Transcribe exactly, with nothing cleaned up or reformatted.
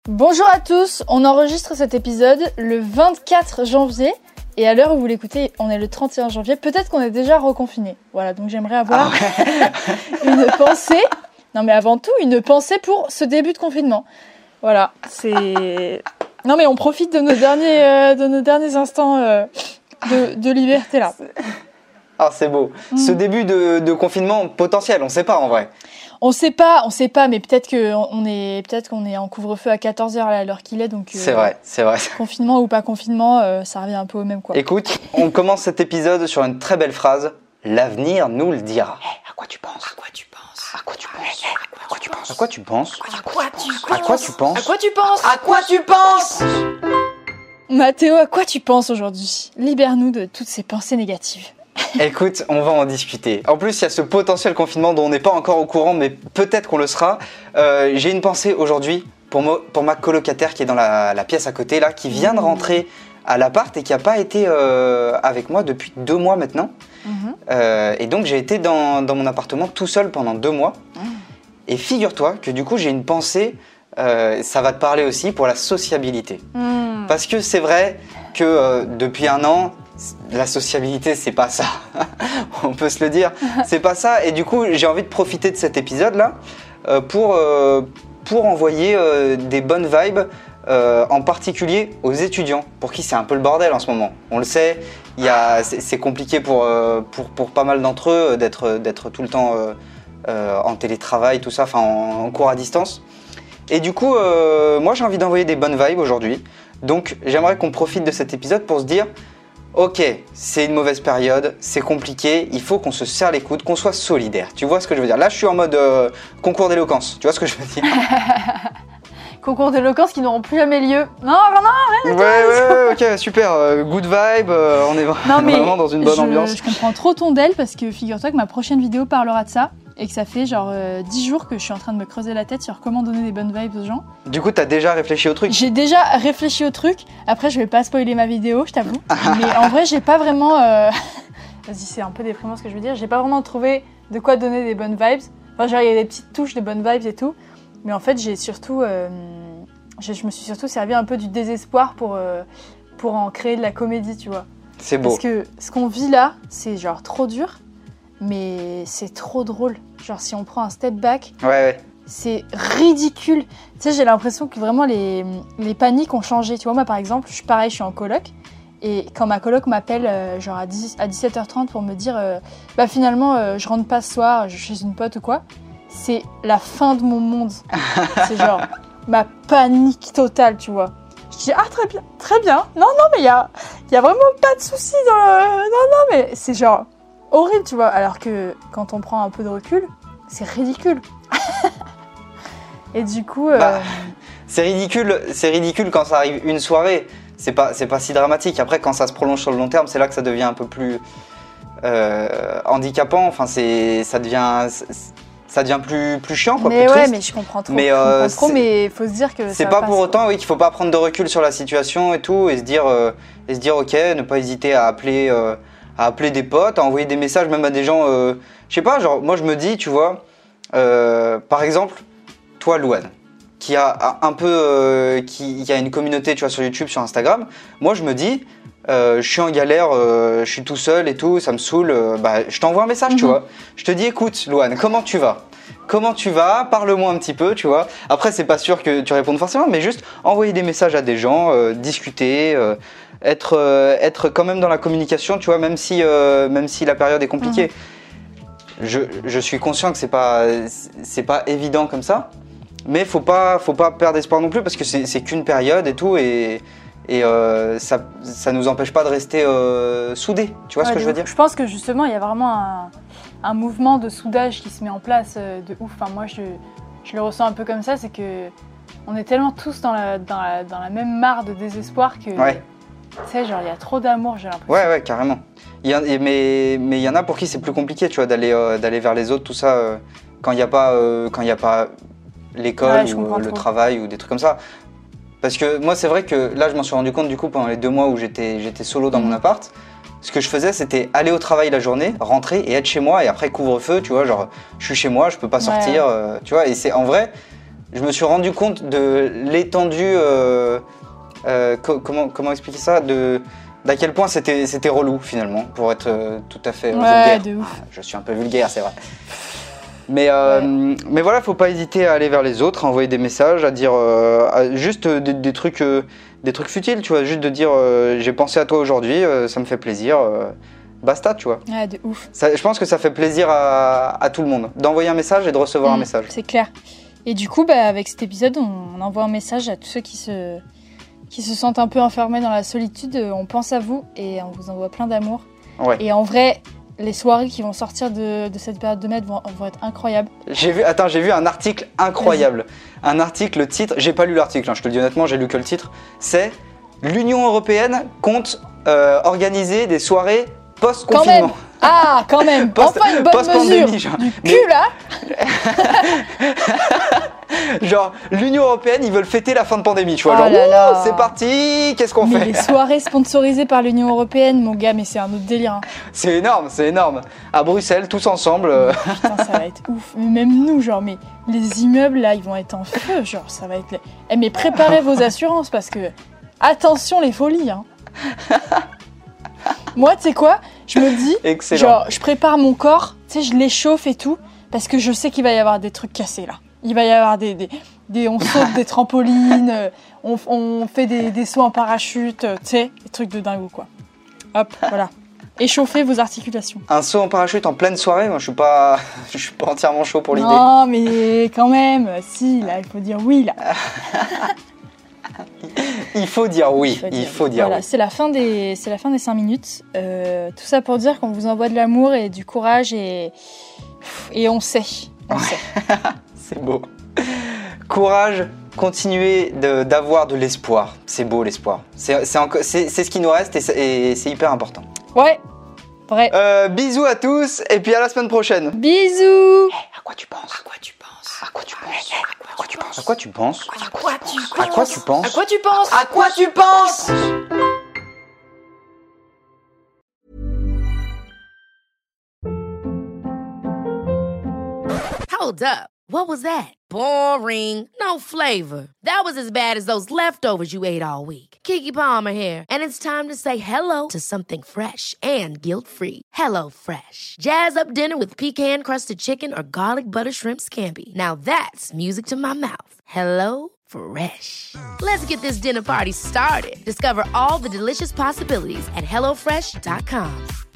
Bonjour à tous, on enregistre cet épisode le vingt-quatre janvier et à l'heure où vous l'écoutez, on est le trente et un janvier. Peut-être qu'on est déjà reconfiné. Voilà, donc j'aimerais avoir ah ouais. une pensée, non mais avant tout, une pensée pour ce début de confinement. Voilà, c'est... Non mais on profite de nos derniers, euh, de nos derniers instants euh, de, de liberté là. Ah c'est beau. Mmh. Ce début de, de confinement potentiel, on sait pas en vrai. On sait pas, on sait pas, mais peut-être qu'on est, peut-être qu'on est en couvre-feu à quatorze heures à l'heure qu'il est, donc... Euh, c'est vrai, c'est vrai. Confinement ou pas confinement, euh, ça revient un peu au même, quoi. Écoute, on commence cet épisode sur une très belle phrase. L'avenir nous le dira. Hey, à quoi tu penses? À quoi tu penses? À quoi tu penses? Hey, à quoi tu penses? À quoi tu penses? À quoi tu penses? À quoi tu penses? À quoi tu penses? À quoi tu penses? Mathéo, à quoi tu penses aujourd'hui? Libère-nous de toutes ces pensées négatives. Écoute, on va en discuter. En plus, il y a ce potentiel confinement dont on n'est pas encore au courant, mais peut-être qu'on le sera. Euh, j'ai une pensée aujourd'hui pour, mo- pour ma colocataire qui est dans la, la pièce à côté, là, qui vient de rentrer à l'appart et qui n'a pas été euh, avec moi depuis deux mois maintenant. Mmh. Euh, et donc, j'ai été dans, dans mon appartement tout seul pendant deux mois. Mmh. Et figure-toi que du coup, j'ai une pensée, euh, ça va te parler aussi, pour la sociabilité. Mmh. Parce que c'est vrai que euh, depuis un an, la sociabilité, c'est pas ça. On peut se le dire, c'est pas ça. Et du coup, j'ai envie de profiter de cet épisode-là euh, pour, euh, pour envoyer euh, des bonnes vibes, euh, en particulier aux étudiants, pour qui c'est un peu le bordel en ce moment. On le sait, il y a, c'est, c'est compliqué pour, euh, pour, pour pas mal d'entre eux d'être, d'être tout le temps euh, euh, en télétravail, tout ça, enfin en, en cours à distance. Et du coup, euh, moi, j'ai envie d'envoyer des bonnes vibes aujourd'hui. Donc, j'aimerais qu'on profite de cet épisode pour se dire... Ok, c'est une mauvaise période, c'est compliqué, il faut qu'on se serre les coudes, qu'on soit solidaire. Tu vois ce que je veux dire? Là, je suis en mode euh, concours d'éloquence. Tu vois ce que je veux dire? Concours d'éloquence qui n'auront plus jamais lieu. Non, non, non, ouais, ouais, ouais, ok, super. Euh, good vibe, euh, on est non, mais vraiment dans une bonne je, ambiance. Je comprends trop ton del parce que figure-toi que ma prochaine vidéo parlera de ça. Et que ça fait genre euh, dix jours que je suis en train de me creuser la tête sur comment donner des bonnes vibes aux gens. Du coup, t'as déjà réfléchi au truc? J'ai déjà réfléchi au truc. Après, je vais pas spoiler ma vidéo, je t'avoue. Mais en vrai, j'ai pas vraiment... Euh... Vas-y, c'est un peu déprimant ce que je veux dire. J'ai pas vraiment trouvé de quoi donner des bonnes vibes. Enfin, genre, il y a des petites touches de bonnes vibes et tout. Mais en fait, j'ai surtout... Euh... Je, je me suis surtout servi un peu du désespoir pour, euh, pour en créer de la comédie, tu vois. C'est beau. Parce que ce qu'on vit là, c'est genre trop dur. Mais c'est trop drôle. Genre, si on prend un step back, ouais, ouais. C'est ridicule. Tu sais, j'ai l'impression que vraiment les, les paniques ont changé. Tu vois, moi, par exemple, je suis pareil, je suis en coloc. Et quand ma coloc m'appelle, euh, genre à, dix, à dix-sept heures trente pour me dire euh, bah finalement, euh, je rentre pas ce soir, je suis chez une pote ou quoi, c'est la fin de mon monde. C'est genre ma panique totale, tu vois. Je dis, ah, très bien, très bien. Non, non, mais il y a, y a vraiment pas de souci dans le... Non, non, mais c'est genre... horrible, tu vois, alors que quand on prend un peu de recul, c'est ridicule. Et du coup... Euh... Bah, c'est ridicule, c'est ridicule quand ça arrive une soirée, c'est pas, c'est pas si dramatique. Après, quand ça se prolonge sur le long terme, c'est là que ça devient un peu plus euh, handicapant, enfin, c'est, ça devient... ça devient plus, plus chiant, quoi, mais plus ouais, triste. Mais je comprends trop, mais, je euh, comprends trop, mais il faut se dire que c'est ça pas passe, pour autant, quoi. Oui, qu'il faut pas prendre de recul sur la situation et tout, et se dire, euh, et se dire ok, ne pas hésiter à appeler... Euh, à appeler des potes, à envoyer des messages même à des gens, euh, je sais pas, genre moi je me dis, tu vois, euh, par exemple, toi Louane, qui a un peu, euh, qui, qui a une communauté, tu vois, sur YouTube, sur Instagram, moi je me dis, euh, je suis en galère, euh, je suis tout seul et tout, ça me saoule, euh, bah je t'envoie un message, mm-hmm. tu vois, je te dis, écoute Louane, comment tu vas ? Comment tu vas? Parle-moi un petit peu, tu vois. Après, c'est pas sûr que tu répondes forcément, mais juste envoyer des messages à des gens, euh, discuter, euh, être, euh, être quand même dans la communication, tu vois, même si, euh, même si la période est compliquée. Mmh. Je, je suis conscient que c'est pas, c'est pas évident comme ça, mais faut pas, faut pas perdre espoir non plus parce que c'est, c'est qu'une période et tout, et, et euh, ça, ça nous empêche pas de rester euh, soudés. Tu vois ouais, ce que je veux dire? Je pense que justement, il y a vraiment un. un mouvement de soudage qui se met en place euh, de ouf. Enfin, moi, je, je le ressens un peu comme ça, c'est que on est tellement tous dans la, dans la, dans la même mare de désespoir que, ouais. Tu sais, genre, il y a trop d'amour, j'ai l'impression. Ouais, ouais, carrément. Il y a, mais mais il y en a pour qui c'est plus compliqué, tu vois, d'aller, euh, d'aller vers les autres, tout ça, euh, quand il n'y a pas, euh, quand il y a pas l'école ouais, ou euh, le travail ou des trucs comme ça. Parce que moi, c'est vrai que là, je m'en suis rendu compte, du coup, pendant les deux mois où j'étais, j'étais solo dans mmh. mon appart, ce que je faisais, c'était aller au travail la journée, rentrer et être chez moi. Et après, couvre-feu, tu vois, genre, je suis chez moi, je peux pas sortir, ouais. euh, tu vois. Et c'est en vrai, je me suis rendu compte de l'étendue. Euh, euh, co- comment, comment expliquer ça de, d'à quel point c'était, c'était relou finalement, pour être euh, tout à fait euh, Ouais, vulgaire. de ouf. Ah, je suis un peu vulgaire, c'est vrai. Mais, euh, Ouais. mais voilà, faut pas hésiter à aller vers les autres, à envoyer des messages, à dire euh, à- juste euh, des, des trucs, euh, des trucs futiles, tu vois, juste de dire euh, j'ai pensé à toi aujourd'hui, euh, ça me fait plaisir, euh, basta, tu vois. Ouais, de ouf. Ça, je pense que ça fait plaisir à, à tout le monde d'envoyer un message et de recevoir un Mm, message. C'est clair. Et du coup, bah, avec cet épisode, on, on envoie un message à tous ceux qui se, qui se sentent un peu enfermés dans la solitude. On pense à vous et on vous envoie plein d'amour. Ouais. Et en vrai, les soirées qui vont sortir de, de cette période de mai vont, vont être incroyables. J'ai vu, attends, j'ai vu un article incroyable. Un article, le titre, j'ai pas lu l'article, hein, je te le dis honnêtement, j'ai lu que le titre. C'est l'Union européenne compte euh, organiser des soirées Quand même. post-confinement. Ah, quand même. Post- Enfin une bonne post-pandémie, mesure. genre. Du Mais- cul, là. Genre, l'Union européenne, ils veulent fêter la fin de pandémie, tu vois. Oh genre, là là. ouh, c'est parti, qu'est-ce qu'on Mais fait les soirées sponsorisées par l'Union Européenne, mon gars, mais c'est un autre délire. Hein. C'est énorme, c'est énorme. À Bruxelles, tous ensemble. euh, Putain, ça va être ouf. Mais même nous, genre, mais les immeubles, là, ils vont être en feu. Genre, ça va être... Eh, mais préparez vos assurances, parce que... Attention, les folies, hein. Moi, tu sais quoi? Je me dis... Excellent. Genre, je prépare mon corps, tu sais, je l'échauffe et tout, parce que je sais qu'il va y avoir des trucs cassés, là. Il va y avoir des... des, des on saute des trampolines, euh, on, on fait des, des sauts en parachute, euh, tu sais, des trucs de dingue, quoi. Hop, voilà. Échauffez vos articulations. Un saut en parachute en pleine soirée, moi je suis pas, je suis pas entièrement chaud pour l'idée. Non, mais quand même, si, là, il faut dire oui, là. Il faut dire oui, faut il faut dire voilà, oui. c'est la fin des, c'est la fin des cinq minutes. Euh, tout ça pour dire qu'on vous envoie de l'amour et du courage et et on sait, on sait. C'est beau. Courage, continuez de- d'avoir de l'espoir. C'est beau l'espoir. C'est c'est enco- c'est- c'est ce qui nous reste et c'est et c'est hyper important. Ouais, vrai. Euh, bisous à tous et puis à la semaine prochaine. Bisous. À quoi tu penses? À quoi tu penses? À quoi tu penses? À quoi tu penses? À quoi tu penses? À quoi tu penses? À quoi tu penses? À quoi tu penses? À quoi tu penses? Hold up. What was that? Boring. No flavor. That was as bad as those leftovers you ate all week. Keke Palmer here, and it's time to say hello to something fresh and guilt-free. Hello Fresh. Jazz up dinner with pecan-crusted chicken or garlic butter shrimp scampi. Now that's music to my mouth. Hello Fresh. Let's get this dinner party started. Discover all the delicious possibilities at hello fresh dot com.